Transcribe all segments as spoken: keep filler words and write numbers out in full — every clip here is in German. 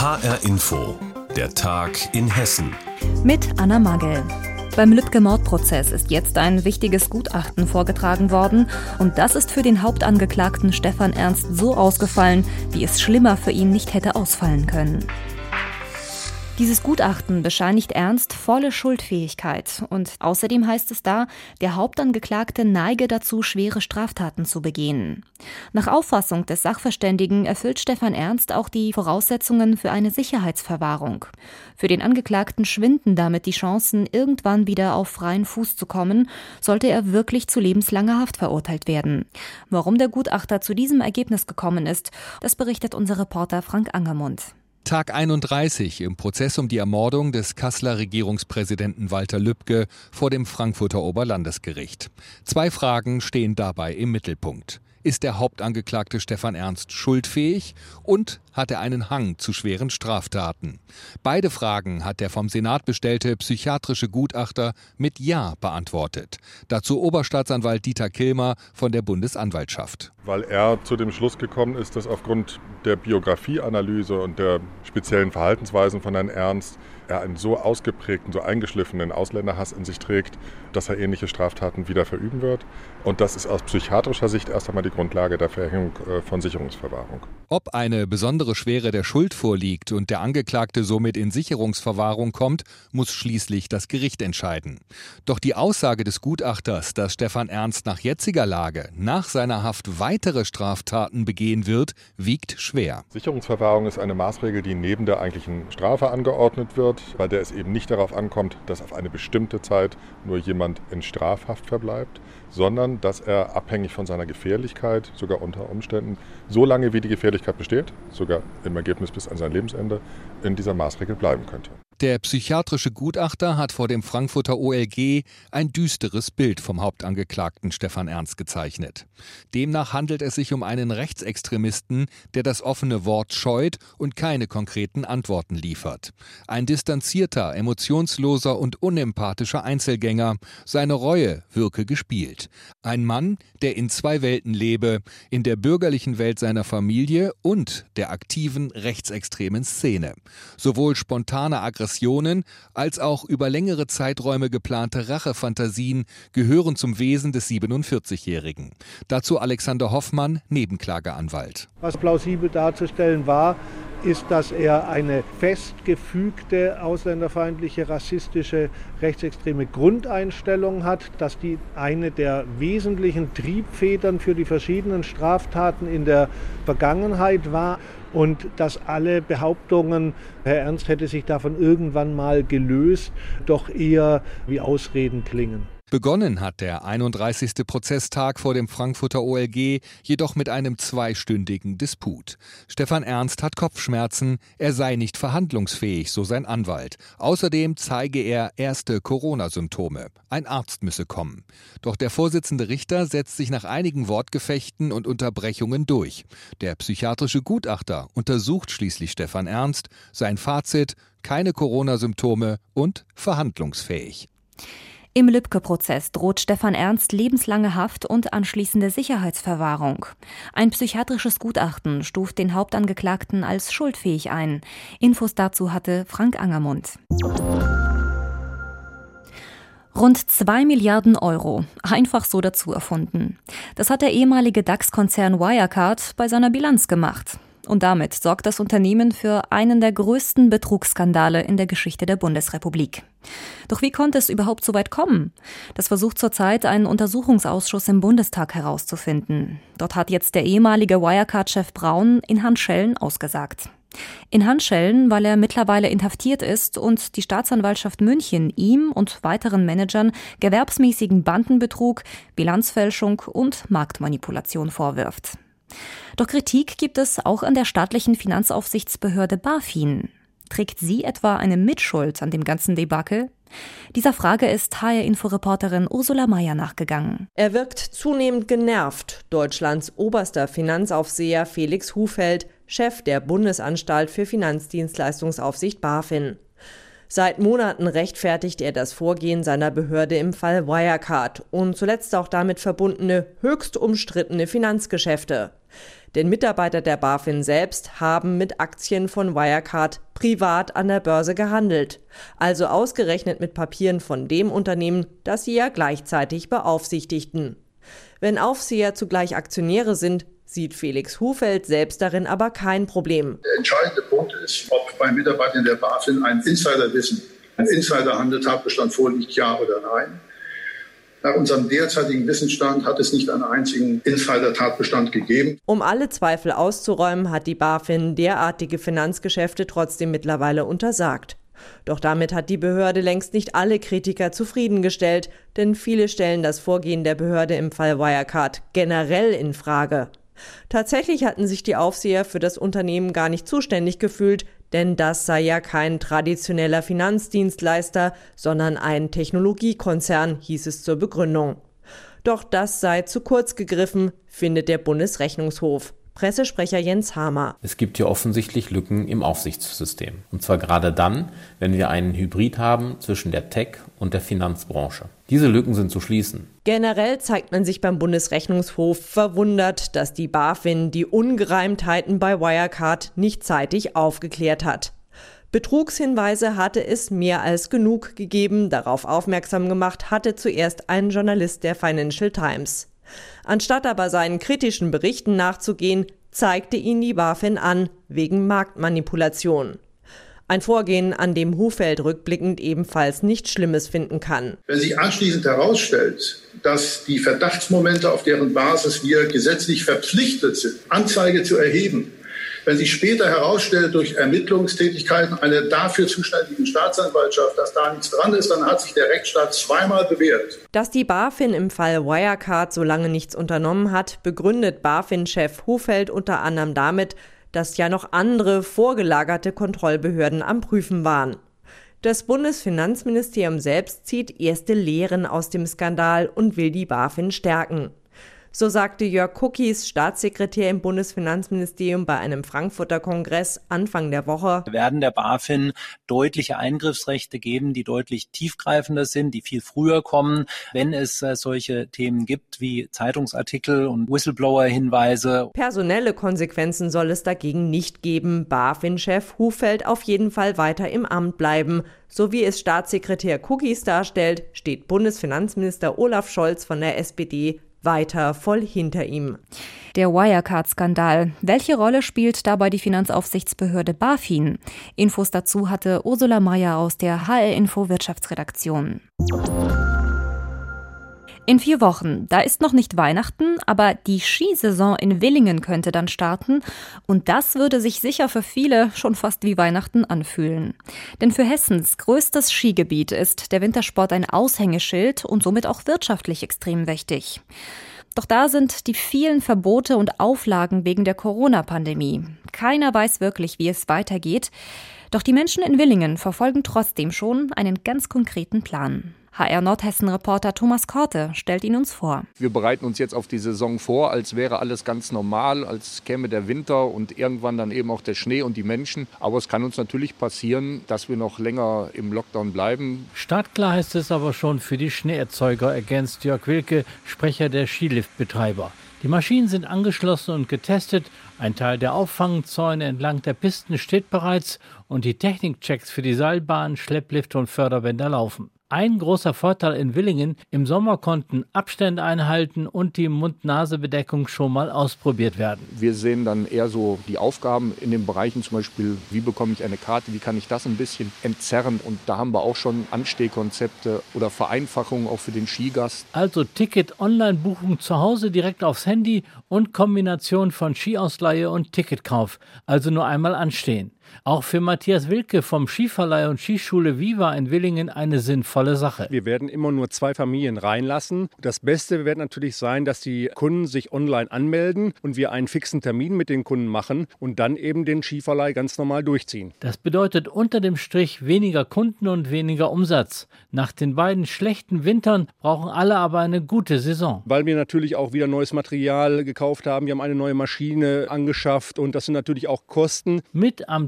H R Info, der Tag in Hessen. Mit Anna Magel. Beim Lübcke-Mordprozess ist jetzt ein wichtiges Gutachten vorgetragen worden. Und das ist für den Hauptangeklagten Stefan Ernst so ausgefallen, wie es schlimmer für ihn nicht hätte ausfallen können. Dieses Gutachten bescheinigt Ernst volle Schuldfähigkeit. Und außerdem heißt es da, der Hauptangeklagte neige dazu, schwere Straftaten zu begehen. Nach Auffassung des Sachverständigen erfüllt Stefan Ernst auch die Voraussetzungen für eine Sicherheitsverwahrung. Für den Angeklagten schwinden damit die Chancen, irgendwann wieder auf freien Fuß zu kommen, sollte er wirklich zu lebenslanger Haft verurteilt werden. Warum der Gutachter zu diesem Ergebnis gekommen ist, das berichtet unser Reporter Frank Angermund. Tag einunddreißig im Prozess um die Ermordung des Kasseler Regierungspräsidenten Walter Lübcke vor dem Frankfurter Oberlandesgericht. Zwei Fragen stehen dabei im Mittelpunkt. Ist der Hauptangeklagte Stefan Ernst schuldfähig und hat er einen Hang zu schweren Straftaten? Beide Fragen hat der vom Senat bestellte psychiatrische Gutachter mit Ja beantwortet. Dazu Oberstaatsanwalt Dieter Kilmer von der Bundesanwaltschaft. Weil er zu dem Schluss gekommen ist, dass aufgrund der Biografieanalyse und der speziellen Verhaltensweisen von Herrn Ernst er einen so ausgeprägten, so eingeschliffenen Ausländerhass in sich trägt, dass er ähnliche Straftaten wieder verüben wird. Und das ist aus psychiatrischer Sicht erst einmal die Grundlage der Verhängung von Sicherungsverwahrung. Ob eine besondere Schwere der Schuld vorliegt und der Angeklagte somit in Sicherungsverwahrung kommt, muss schließlich das Gericht entscheiden. Doch die Aussage des Gutachters, dass Stefan Ernst nach jetziger Lage, nach seiner Haft weitere Straftaten begehen wird, wiegt schwer. Sicherungsverwahrung ist eine Maßregel, die neben der eigentlichen Strafe angeordnet wird, bei der es eben nicht darauf ankommt, dass auf eine bestimmte Zeit nur jemand in Strafhaft verbleibt, sondern dass er abhängig von seiner Gefährlichkeit, sogar unter Umständen, so lange wie die Gefährlichkeit besteht, sogar im Ergebnis bis an sein Lebensende, in dieser Maßregel bleiben könnte. Der psychiatrische Gutachter hat vor dem Frankfurter O L G ein düsteres Bild vom Hauptangeklagten Stefan Ernst gezeichnet. Demnach handelt es sich um einen Rechtsextremisten, der das offene Wort scheut und keine konkreten Antworten liefert. Ein distanzierter, emotionsloser und unempathischer Einzelgänger. Seine Reue wirke gespielt. Ein Mann, der in zwei Welten lebe, in der bürgerlichen Welt seiner Familie und der aktiven rechtsextremen Szene. Sowohl spontane Aggression als auch über längere Zeiträume geplante Rachefantasien gehören zum Wesen des siebenundvierzigjährigen. Dazu Alexander Hoffmann, Nebenklageanwalt. Was plausibel darzustellen war, ist, dass er eine festgefügte, ausländerfeindliche, rassistische, rechtsextreme Grundeinstellung hat, dass die eine der wesentlichen Triebfedern für die verschiedenen Straftaten in der Vergangenheit war. Und dass alle Behauptungen, Herr Ernst hätte sich davon irgendwann mal gelöst, doch eher wie Ausreden klingen. Begonnen hat der einunddreißigste Prozesstag vor dem Frankfurter O L G jedoch mit einem zweistündigen Disput. Stefan Ernst hat Kopfschmerzen, er sei nicht verhandlungsfähig, so sein Anwalt. Außerdem zeige er erste Corona-Symptome. Ein Arzt müsse kommen. Doch der Vorsitzende Richter setzt sich nach einigen Wortgefechten und Unterbrechungen durch. Der psychiatrische Gutachter untersucht schließlich Stefan Ernst. Sein Fazit: keine Corona-Symptome und verhandlungsfähig. Im Lübcke-Prozess droht Stefan Ernst lebenslange Haft und anschließende Sicherheitsverwahrung. Ein psychiatrisches Gutachten stuft den Hauptangeklagten als schuldfähig ein. Infos dazu hatte Frank Angermund. Rund zwei Milliarden Euro, einfach so dazu erfunden. Das hat der ehemalige DAX-Konzern Wirecard bei seiner Bilanz gemacht. Und damit sorgt das Unternehmen für einen der größten Betrugsskandale in der Geschichte der Bundesrepublik. Doch wie konnte es überhaupt so weit kommen? Das versucht zurzeit ein Untersuchungsausschuss im Bundestag herauszufinden. Dort hat jetzt der ehemalige Wirecard-Chef Braun in Handschellen ausgesagt. In Handschellen, weil er mittlerweile inhaftiert ist und die Staatsanwaltschaft München ihm und weiteren Managern gewerbsmäßigen Bandenbetrug, Bilanzfälschung und Marktmanipulation vorwirft. Doch Kritik gibt es auch an der staatlichen Finanzaufsichtsbehörde BaFin. Trägt sie etwa eine Mitschuld an dem ganzen Debakel? Dieser Frage ist H R-Info-Reporterin Ursula Mayer nachgegangen. Er wirkt zunehmend genervt. Deutschlands oberster Finanzaufseher Felix Hufeld, Chef der Bundesanstalt für Finanzdienstleistungsaufsicht BaFin. Seit Monaten rechtfertigt er das Vorgehen seiner Behörde im Fall Wirecard und zuletzt auch damit verbundene höchst umstrittene Finanzgeschäfte. Denn Mitarbeiter der BaFin selbst haben mit Aktien von Wirecard privat an der Börse gehandelt, also ausgerechnet mit Papieren von dem Unternehmen, das sie ja gleichzeitig beaufsichtigten. Wenn Aufseher zugleich Aktionäre sind, sieht Felix Hufeld selbst darin aber kein Problem. Der entscheidende Punkt ist, ob bei Mitarbeitern der BaFin ein Insiderwissen, ein Insiderhandel-Tatbestand vorliegt, ja oder nein. Nach unserem derzeitigen Wissensstand hat es nicht einen einzigen Insider-Tatbestand gegeben. Um alle Zweifel auszuräumen, hat die BaFin derartige Finanzgeschäfte trotzdem mittlerweile untersagt. Doch damit hat die Behörde längst nicht alle Kritiker zufriedengestellt, denn viele stellen das Vorgehen der Behörde im Fall Wirecard generell in Frage. Tatsächlich hatten sich die Aufseher für das Unternehmen gar nicht zuständig gefühlt, denn das sei ja kein traditioneller Finanzdienstleister, sondern ein Technologiekonzern, hieß es zur Begründung. Doch das sei zu kurz gegriffen, findet der Bundesrechnungshof. Pressesprecher Jens Hamer. Es gibt hier offensichtlich Lücken im Aufsichtssystem. Und zwar gerade dann, wenn wir einen Hybrid haben zwischen der Tech- und der Finanzbranche. Diese Lücken sind zu schließen. Generell zeigt man sich beim Bundesrechnungshof verwundert, dass die BaFin die Ungereimtheiten bei Wirecard nicht zeitig aufgeklärt hat. Betrugshinweise hatte es mehr als genug gegeben. Darauf aufmerksam gemacht hatte zuerst ein Journalist der Financial Times. Anstatt aber seinen kritischen Berichten nachzugehen, zeigte ihn die BaFin an, wegen Marktmanipulation. Ein Vorgehen, an dem Hufeld rückblickend ebenfalls nichts Schlimmes finden kann. Wenn sich anschließend herausstellt, dass die Verdachtsmomente, auf deren Basis wir gesetzlich verpflichtet sind, Anzeige zu erheben, wenn sich später herausstellt durch Ermittlungstätigkeiten einer dafür zuständigen Staatsanwaltschaft, dass da nichts dran ist, dann hat sich der Rechtsstaat zweimal bewährt. Dass die BaFin im Fall Wirecard so lange nichts unternommen hat, begründet BaFin-Chef Hufeld unter anderem damit, dass ja noch andere vorgelagerte Kontrollbehörden am Prüfen waren. Das Bundesfinanzministerium selbst zieht erste Lehren aus dem Skandal und will die BaFin stärken. So sagte Jörg Kukies, Staatssekretär im Bundesfinanzministerium bei einem Frankfurter Kongress Anfang der Woche. Wir werden der BaFin deutliche Eingriffsrechte geben, die deutlich tiefgreifender sind, die viel früher kommen, wenn es äh, solche Themen gibt wie Zeitungsartikel und Whistleblower-Hinweise. Personelle Konsequenzen soll es dagegen nicht geben. BaFin-Chef Hufeld auf jeden Fall weiter im Amt bleiben. So wie es Staatssekretär Kukies darstellt, steht Bundesfinanzminister Olaf Scholz von der S P D weiter voll hinter ihm. Der Wirecard-Skandal. Welche Rolle spielt dabei die Finanzaufsichtsbehörde BaFin? Infos dazu hatte Ursula Mayer aus der H R-Info Wirtschaftsredaktion. In vier Wochen, da ist noch nicht Weihnachten, aber die Skisaison in Willingen könnte dann starten und das würde sich sicher für viele schon fast wie Weihnachten anfühlen. Denn für Hessens größtes Skigebiet ist der Wintersport ein Aushängeschild und somit auch wirtschaftlich extrem wichtig. Doch da sind die vielen Verbote und Auflagen wegen der Corona-Pandemie. Keiner weiß wirklich, wie es weitergeht. Doch die Menschen in Willingen verfolgen trotzdem schon einen ganz konkreten Plan. H R-Nordhessen-Reporter Thomas Korte stellt ihn uns vor. Wir bereiten uns jetzt auf die Saison vor, als wäre alles ganz normal, als käme der Winter und irgendwann dann eben auch der Schnee und die Menschen. Aber es kann uns natürlich passieren, dass wir noch länger im Lockdown bleiben. Startklar heißt es aber schon für die Schneeerzeuger, ergänzt Jörg Wilke, Sprecher der Skiliftbetreiber. Die Maschinen sind angeschlossen und getestet. Ein Teil der Auffangzäune entlang der Pisten steht bereits und die Technikchecks für die Seilbahn, Schlepplifte und Förderbänder laufen. Ein großer Vorteil in Willingen, im Sommer konnten Abstände einhalten und die Mund-Nase-Bedeckung schon mal ausprobiert werden. Wir sehen dann eher so die Aufgaben in den Bereichen, zum Beispiel, wie bekomme ich eine Karte, wie kann ich das ein bisschen entzerren. Und da haben wir auch schon Anstehkonzepte oder Vereinfachungen auch für den Skigast. Also Ticket-Online-Buchung zu Hause direkt aufs Handy und Kombination von Skiausleihe und Ticketkauf. Also nur einmal anstehen. Auch für Matthias Wilke vom Skiverleih und Skischule Viva in Willingen eine sinnvolle Sache. Wir werden immer nur zwei Familien reinlassen. Das Beste wird natürlich sein, dass die Kunden sich online anmelden und wir einen fixen Termin mit den Kunden machen und dann eben den Skiverleih ganz normal durchziehen. Das bedeutet unter dem Strich weniger Kunden und weniger Umsatz. Nach den beiden schlechten Wintern brauchen alle aber eine gute Saison. Weil wir natürlich auch wieder neues Material gekauft haben. Wir haben eine neue Maschine angeschafft und das sind natürlich auch Kosten. Mit am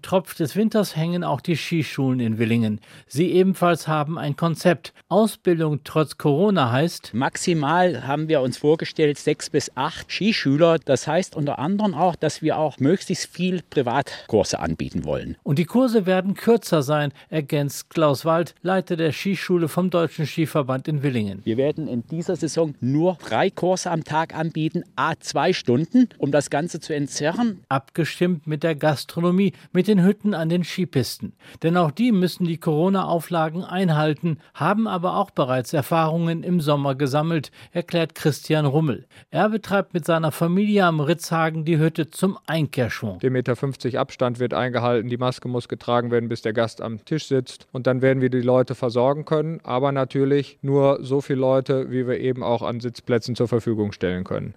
Tropf des Winters hängen auch die Skischulen in Villingen. Sie ebenfalls haben ein Konzept. Ausbildung trotz Corona heißt: Maximal haben wir uns vorgestellt sechs bis acht Skischüler. Das heißt unter anderem auch, dass wir auch möglichst viel Privatkurse anbieten wollen. Und die Kurse werden kürzer sein, ergänzt Klaus Wald, Leiter der Skischule vom Deutschen Skiverband in Villingen. Wir werden in dieser Saison nur drei Kurse am Tag anbieten, à zwei Stunden, um das Ganze zu entzerren. Abgestimmt mit der Gastronomie, mit den Hütten an den Skipisten. Denn auch die müssen die Corona-Auflagen einhalten, haben aber auch bereits Erfahrungen im Sommer gesammelt, erklärt Christian Rummel. Er betreibt mit seiner Familie am Ritzhagen die Hütte zum Einkehrschwung. Der Meter fünfzig Abstand wird eingehalten, die Maske muss getragen werden, bis der Gast am Tisch sitzt. Und dann werden wir die Leute versorgen können, aber natürlich nur so viele Leute, wie wir eben auch an Sitzplätzen zur Verfügung stellen können.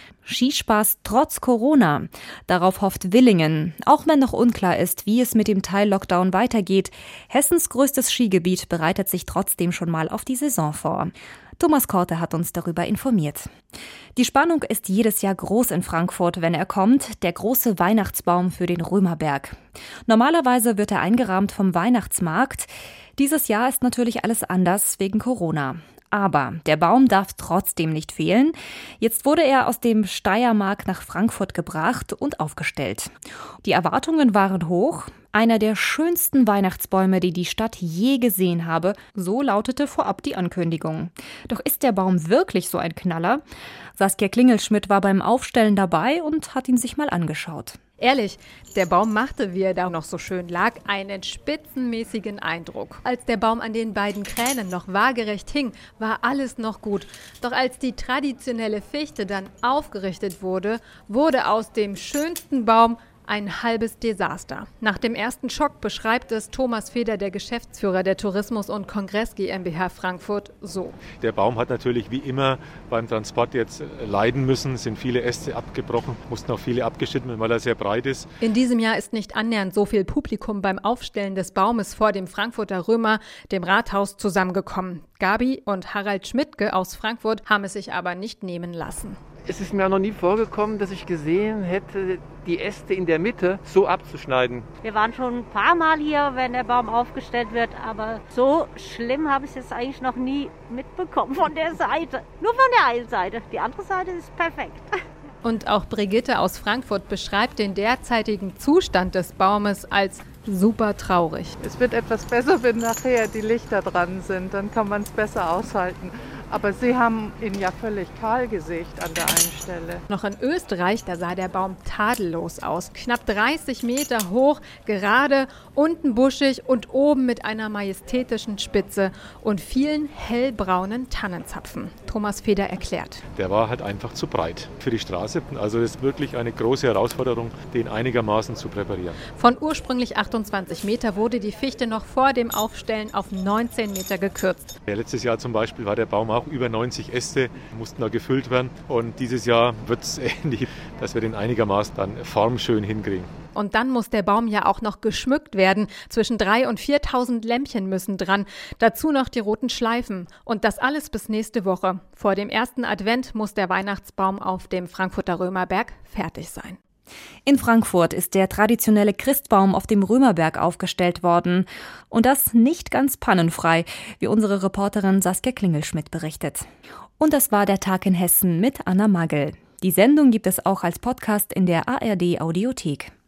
Skispaß trotz Corona. Darauf hofft Villingen. Auch wenn noch unklar ist, wie es mit dem Teil-Lockdown weitergeht. Hessens größtes Skigebiet bereitet sich trotzdem schon mal auf die Saison vor. Thomas Korte hat uns darüber informiert. Die Spannung ist jedes Jahr groß in Frankfurt, wenn er kommt, der große Weihnachtsbaum für den Römerberg. Normalerweise wird er eingerahmt vom Weihnachtsmarkt. Dieses Jahr ist natürlich alles anders wegen Corona. Aber der Baum darf trotzdem nicht fehlen. Jetzt wurde er aus dem Steiermark nach Frankfurt gebracht und aufgestellt. Die Erwartungen waren hoch. Einer der schönsten Weihnachtsbäume, die die Stadt je gesehen habe, so lautete vorab die Ankündigung. Doch ist der Baum wirklich so ein Knaller? Saskia Klingelschmidt war beim Aufstellen dabei und hat ihn sich mal angeschaut. Ehrlich, der Baum machte, wie er da noch so schön lag, einen spitzenmäßigen Eindruck. Als der Baum an den beiden Kränen noch waagerecht hing, war alles noch gut. Doch als die traditionelle Fichte dann aufgerichtet wurde, wurde aus dem schönsten Baum ein halbes Desaster. Nach dem ersten Schock beschreibt es Thomas Feder, der Geschäftsführer der Tourismus- und Kongress GmbH Frankfurt, so. Der Baum hat natürlich wie immer beim Transport jetzt leiden müssen, sind viele Äste abgebrochen, mussten auch viele abgeschnitten werden, weil er sehr breit ist. In diesem Jahr ist nicht annähernd so viel Publikum beim Aufstellen des Baumes vor dem Frankfurter Römer, dem Rathaus, zusammengekommen. Gabi und Harald Schmidtke aus Frankfurt haben es sich aber nicht nehmen lassen. Es ist mir noch nie vorgekommen, dass ich gesehen hätte, die Äste in der Mitte so abzuschneiden. Wir waren schon ein paar Mal hier, wenn der Baum aufgestellt wird, aber so schlimm habe ich es jetzt eigentlich noch nie mitbekommen von der Seite. Nur von der einen Seite. Die andere Seite ist perfekt. Und auch Brigitte aus Frankfurt beschreibt den derzeitigen Zustand des Baumes als super traurig. Es wird etwas besser, wenn nachher die Lichter dran sind, dann kann man es besser aushalten. Aber sie haben ihn ja völlig kahl gesägt an der einen Stelle. Noch in Österreich, da sah der Baum tadellos aus. Knapp dreißig Meter hoch, gerade, unten buschig und oben mit einer majestätischen Spitze und vielen hellbraunen Tannenzapfen. Thomas Feder erklärt. Der war halt einfach zu breit für die Straße. Also es ist wirklich eine große Herausforderung, den einigermaßen zu präparieren. Von ursprünglich achtundzwanzig Meter wurde die Fichte noch vor dem Aufstellen auf neunzehn Meter gekürzt. Ja, letztes Jahr zum Beispiel war der Baum auch über neunzig Äste, mussten da gefüllt werden. Und dieses Jahr wird es ähnlich, dass wir den einigermaßen dann formschön hinkriegen. Und dann muss der Baum ja auch noch geschmückt werden. Zwischen dreitausend und viertausend Lämpchen müssen dran. Dazu noch die roten Schleifen. Und das alles bis nächste Woche. Vor dem ersten Advent muss der Weihnachtsbaum auf dem Frankfurter Römerberg fertig sein. In Frankfurt ist der traditionelle Christbaum auf dem Römerberg aufgestellt worden. Und das nicht ganz pannenfrei, wie unsere Reporterin Saskia Klingelschmidt berichtet. Und das war der Tag in Hessen mit Anna Magel. Die Sendung gibt es auch als Podcast in der A R D Audiothek.